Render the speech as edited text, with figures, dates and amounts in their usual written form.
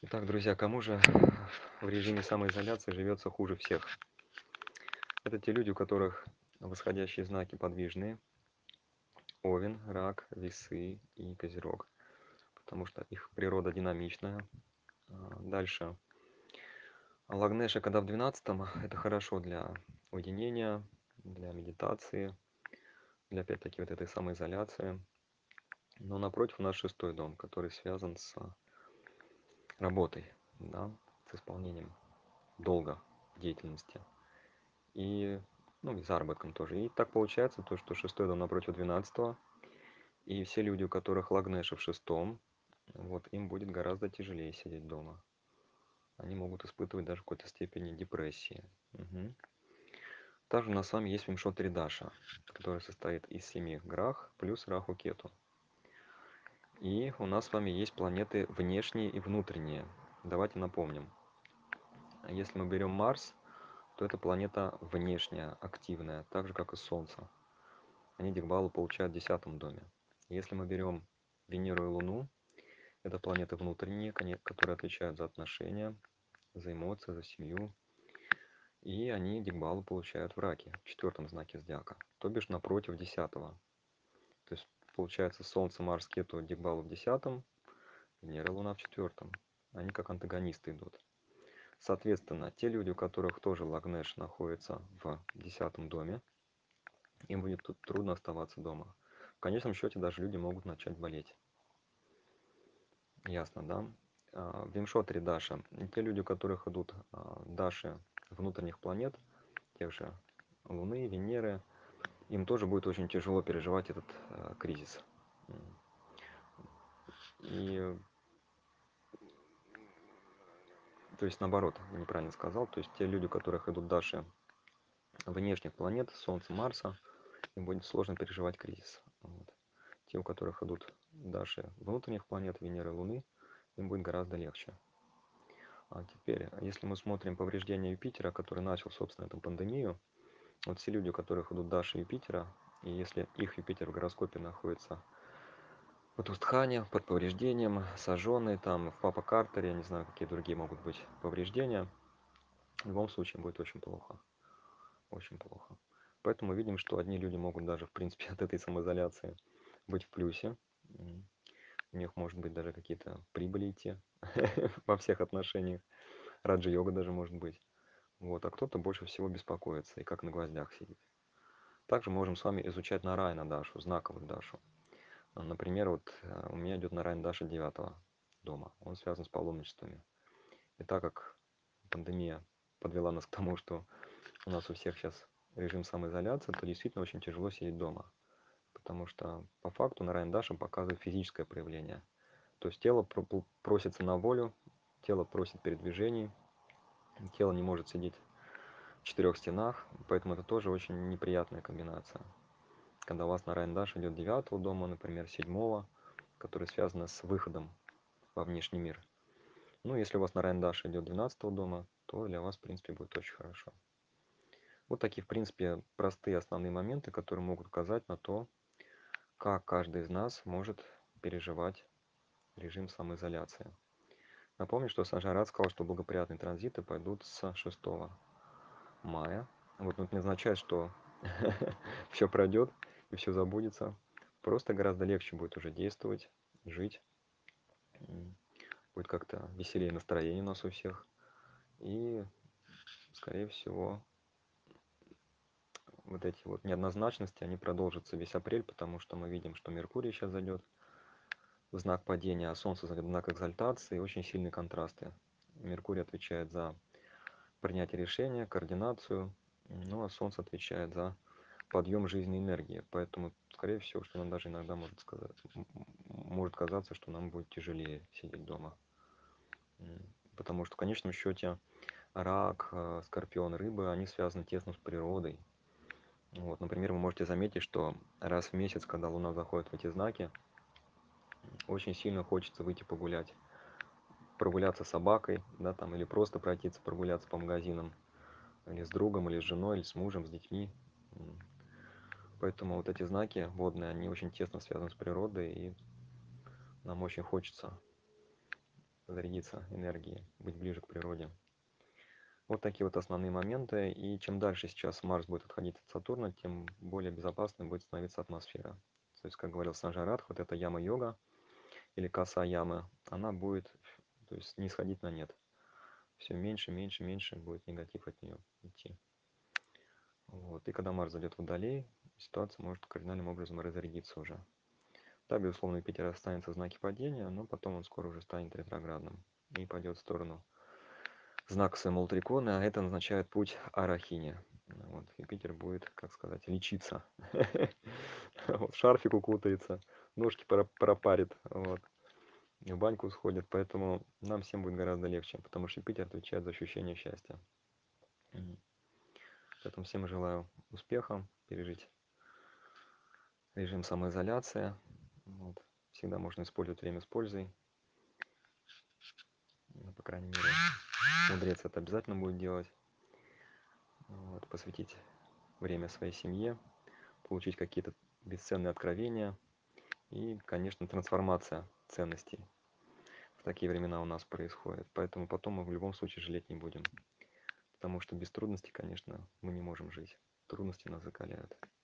Итак, друзья, кому же в режиме самоизоляции живется хуже всех? Это те люди, у которых восходящие знаки подвижные: Овен, Рак, Весы и Козерог, потому что их природа динамичная. Дальше. Лагнеша, когда в 12-м, это хорошо для уединения, для медитации, для опять-таки вот этой самоизоляции. Но напротив у нас шестой дом, который связан с работой, да, с исполнением долга деятельности. И, ну, и заработком тоже. И так получается то, что шестой дом напротив 12-го, и все люди, у которых лагнеши в шестом, вот им будет гораздо тяжелее сидеть дома. Они могут испытывать даже в какой-то степени депрессии. Мгм. Также у нас с вами есть Вимшот Ридаша, который состоит из 7 грах плюс Раху Кету. И у нас с вами есть планеты внешние и внутренние. Давайте напомним. Если мы берем Марс, то это планета внешняя, активная, так же как и Солнце. Они дикбаллы получают в 10-м доме. Если мы берем Венеру и Луну, это планеты внутренние, которые отвечают за отношения, за эмоции, за семью. И они дикбаллы получают в Раке, в 4-м знаке зодиака, то бишь напротив 10-го. То есть получается Солнце, Марс, Кету дикбаллы в 10-м, Венера, Луна в 4-м. Они как антагонисты идут. Соответственно, те люди, у которых тоже Лагнеш находится в 10-м доме, им будет тут трудно оставаться дома. В конечном счете даже люди могут начать болеть. Ясно, да? Вимшотри Даша. Те люди, у которых идут Даши внутренних планет, тех же Луны, Венеры, им тоже будет очень тяжело переживать этот кризис. И, то есть, наоборот, неправильно сказал, то есть те люди, у которых идут Даши внешних планет, Солнца, Марса, им будет сложно переживать кризис. Вот. Те, у которых идут Даши внутренних планет, Венеры, Луны, им будет гораздо легче. А теперь, если мы смотрим повреждения Юпитера, который начал, собственно, эту пандемию, вот все люди, у которых идут Даши Юпитера, и если их Юпитер в гороскопе находится в Устхане, под повреждением, сожженный, там, в Папа Картере, я не знаю, какие другие могут быть повреждения, в любом случае будет очень плохо. Очень плохо. Поэтому мы видим, что одни люди могут даже, в принципе, от этой самоизоляции быть в плюсе. У них может быть даже какие-то прибыли идти во всех отношениях. Раджа-йога даже может быть. Вот, а кто-то больше всего беспокоится и как на гвоздях сидит. Также можем с вами изучать Нарайна Дашу, знаковую Дашу. Например, вот у меня идет Нарайна Даша 9-го дома. Он связан с паломничествами. И так как пандемия подвела нас к тому, что у нас у всех сейчас режим самоизоляции, то действительно очень тяжело сидеть дома. Потому что по факту Нарайна Даша показывает физическое проявление. То есть тело просится на волю, тело просит передвижений, тело не может сидеть в 4 стенах, поэтому это тоже очень неприятная комбинация. Когда у вас Нарайан Даш идет 9-го дома, например, 7-го, который связан с выходом во внешний мир. Ну, если у вас Нарайан Даш идет 12-го дома, то для вас, в принципе, будет очень хорошо. Вот такие, в принципе, простые основные моменты, которые могут указать на то, как каждый из нас может переживать режим самоизоляции. Напомню, что Санжарат сказал, что благоприятные транзиты пойдут с 6 мая. Вот, но это не означает, что все пройдет и все забудется. Просто гораздо легче будет уже действовать, жить. Будет как-то веселее настроение у нас у всех. И, скорее всего, вот эти вот неоднозначности, они продолжатся весь апрель, потому что мы видим, что Меркурий сейчас зайдет в знак падения, а Солнце зайдет в знак экзальтации. Очень сильные контрасты. Меркурий отвечает за принятие решения, координацию, ну а Солнце отвечает за подъем жизненной энергии. Поэтому, скорее всего, что нам даже иногда может казаться, что нам будет тяжелее сидеть дома. Потому что в конечном счете рак, скорпион, рыбы, они связаны тесно с природой. Вот, например, вы можете заметить, что раз в месяц, когда Луна заходит в эти знаки, очень сильно хочется выйти погулять, прогуляться с собакой, да, там, или просто пройтись, прогуляться по магазинам, или с другом, или с женой, или с мужем, с детьми. Поэтому вот эти знаки водные, они очень тесно связаны с природой, и нам очень хочется зарядиться энергией, быть ближе к природе. Вот такие вот основные моменты. И чем дальше сейчас Марс будет отходить от Сатурна, тем более безопасной будет становиться атмосфера. То есть, как говорил Санджай Радх, вот эта яма-йога или каса-яма, она будет, то есть, не сходить на нет. Все меньше, меньше, меньше будет негатив от нее идти. Вот. И когда Марс зайдет в Водолей, ситуация может кардинальным образом разрядиться уже. Да, безусловно, Юпитер останется в знаке падения, но потом он скоро уже станет ретроградным и пойдет в сторону знака своего Трикона, а это означает путь Арахини. Вот. Юпитер будет, как сказать, лечиться. Вот, шарфик укутается, ножки пропарит, вот, в баньку сходит, поэтому нам всем будет гораздо легче, потому что Юпитер отвечает за ощущение счастья. Поэтому всем желаю успеха, пережить режим самоизоляции. Вот. Всегда можно использовать время с пользой. Ну, по крайней мере, мудрец это обязательно будет делать. Вот. Посвятить время своей семье, получить какие-то бесценные откровения и, конечно, трансформация ценностей. В такие времена у нас происходит. Поэтому потом мы в любом случае жалеть не будем. Потому что без трудностей, конечно, мы не можем жить. Трудности нас закаляют.